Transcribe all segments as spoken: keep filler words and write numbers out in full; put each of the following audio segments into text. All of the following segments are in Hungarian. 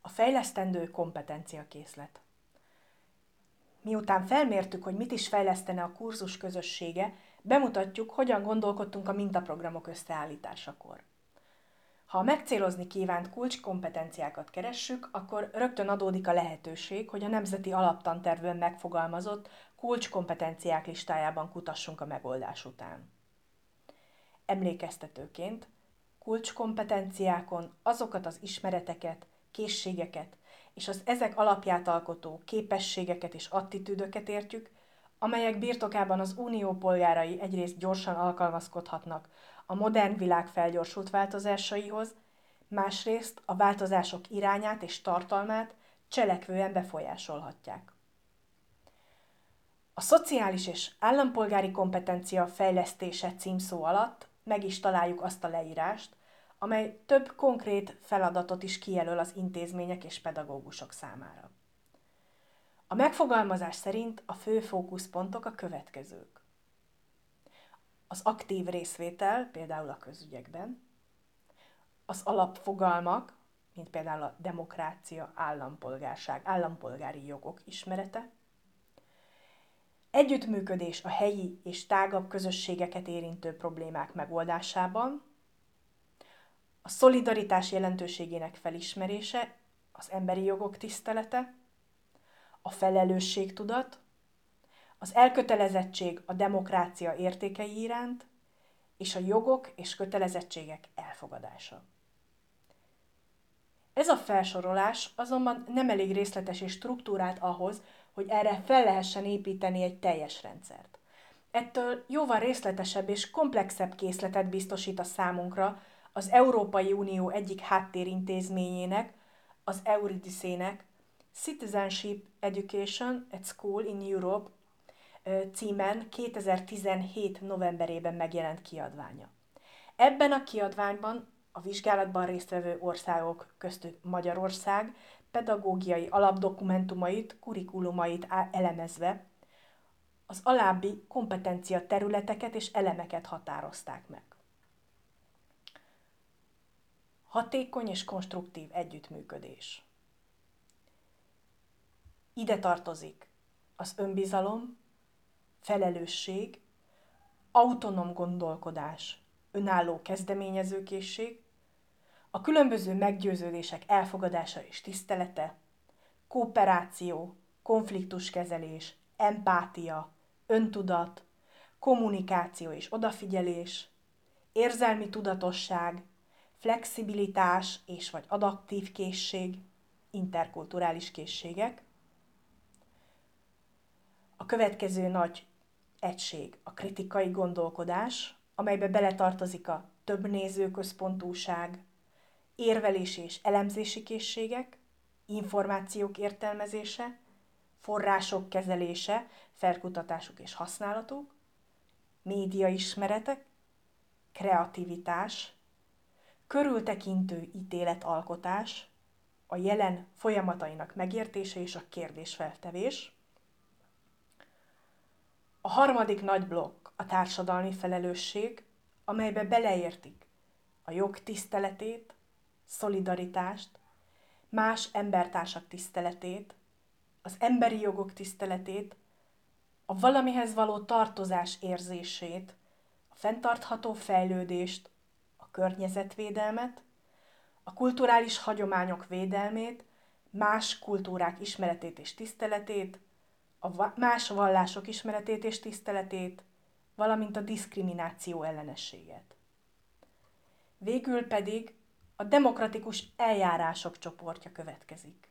A fejlesztendő kompetenciakészlet. Miután felmértük, hogy mit is fejlesztene a kurzus közössége, bemutatjuk, hogyan gondolkodtunk a mintaprogramok összeállításakor. Ha a megcélozni kívánt kulcskompetenciákat keressük, akkor rögtön adódik a lehetőség, hogy a Nemzeti Alaptantervben megfogalmazott kulcskompetenciák listájában kutassunk a megoldás után. Emlékeztetőként, kulcskompetenciákon azokat az ismereteket, készségeket és az ezek alapját alkotó képességeket és attitűdöket értjük, amelyek birtokában az unió polgárai egyrészt gyorsan alkalmazkodhatnak a modern világ felgyorsult változásaihoz, másrészt a változások irányát és tartalmát cselekvően befolyásolhatják. A szociális és állampolgári kompetencia fejlesztése címszó alatt meg is találjuk azt a leírást, amely több konkrét feladatot is kijelöl az intézmények és pedagógusok számára. A megfogalmazás szerint a fő fókuszpontok a következők. Az aktív részvétel, például a közügyekben, az alapfogalmak, mint például a demokrácia, állampolgárság, állampolgári jogok ismerete, együttműködés a helyi és tágabb közösségeket érintő problémák megoldásában, a szolidaritás jelentőségének felismerése, az emberi jogok tisztelete, a felelősségtudat, az elkötelezettség a demokrácia értékei iránt, és a jogok és kötelezettségek elfogadása. Ez a felsorolás azonban nem elég részletes és struktúrált ahhoz, hogy erre fel lehessen építeni egy teljes rendszert. Ettől jóval részletesebb és komplexebb készletet biztosít a számunkra az Európai Unió egyik háttérintézményének, az Eurydice-nek Citizenship Education at School in Europe címen kétezer-tizenhét novemberében megjelent kiadványa. Ebben a kiadványban a vizsgálatban résztvevő országok, köztük Magyarország, pedagógiai alapdokumentumait, kurikulumait elemezve az alábbi kompetencia területeket és elemeket határozták meg. Hatékony és konstruktív együttműködés. Ide tartozik az önbizalom, felelősség, autonóm gondolkodás, önálló kezdeményezőkészség, a különböző meggyőződések elfogadása és tisztelete, kooperáció, konfliktuskezelés, empátia, öntudat, kommunikáció és odafigyelés, érzelmi tudatosság, flexibilitás és vagy adaptív készség, interkulturális készségek. A következő nagy egység a kritikai gondolkodás, amelybe beletartozik a többnézőközpontúság, érvelési és elemzési készségek, információk értelmezése, források kezelése, felkutatásuk és használatuk, médiaismeretek, kreativitás, körültekintő ítéletalkotás, a jelen folyamatainak megértése és a kérdésfeltevés. A harmadik nagy blokk a társadalmi felelősség, amelybe beleértik a jog tiszteletét, szolidaritást, más embertársak tiszteletét, az emberi jogok tiszteletét, a valamihez való tartozás érzését, a fenntartható fejlődést, a környezetvédelmet, a kulturális hagyományok védelmét, más kultúrák ismeretét és tiszteletét, a más vallások ismeretét és tiszteletét, valamint a diszkrimináció ellenességet. Végül pedig a demokratikus eljárások csoportja következik.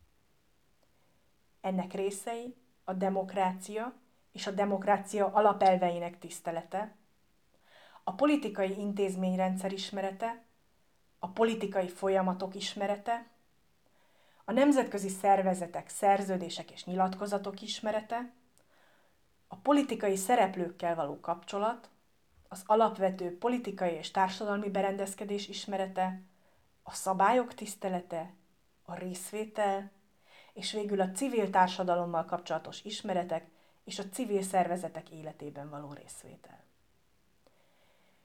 Ennek részei a demokrácia és a demokrácia alapelveinek tisztelete, a politikai intézményrendszer ismerete, a politikai folyamatok ismerete, a nemzetközi szervezetek, szerződések és nyilatkozatok ismerete, a politikai szereplőkkel való kapcsolat, az alapvető politikai és társadalmi berendezkedés ismerete, a szabályok tisztelete, a részvétel, és végül a civil társadalommal kapcsolatos ismeretek és a civil szervezetek életében való részvétel.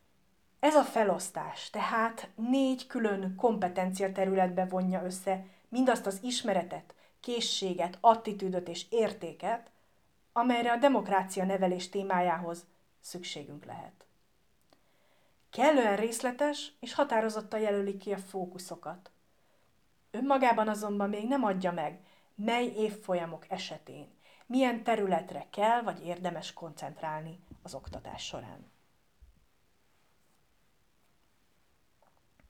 Ez a felosztás tehát négy külön kompetencia területbe vonja össze mindazt az ismeretet, készséget, attitűdöt és értéket, amelyre a demokrácia nevelés témájához szükségünk lehet. Kellően részletes és határozottan jelöli ki a fókuszokat. Önmagában azonban még nem adja meg, mely évfolyamok esetén, milyen területre kell vagy érdemes koncentrálni az oktatás során.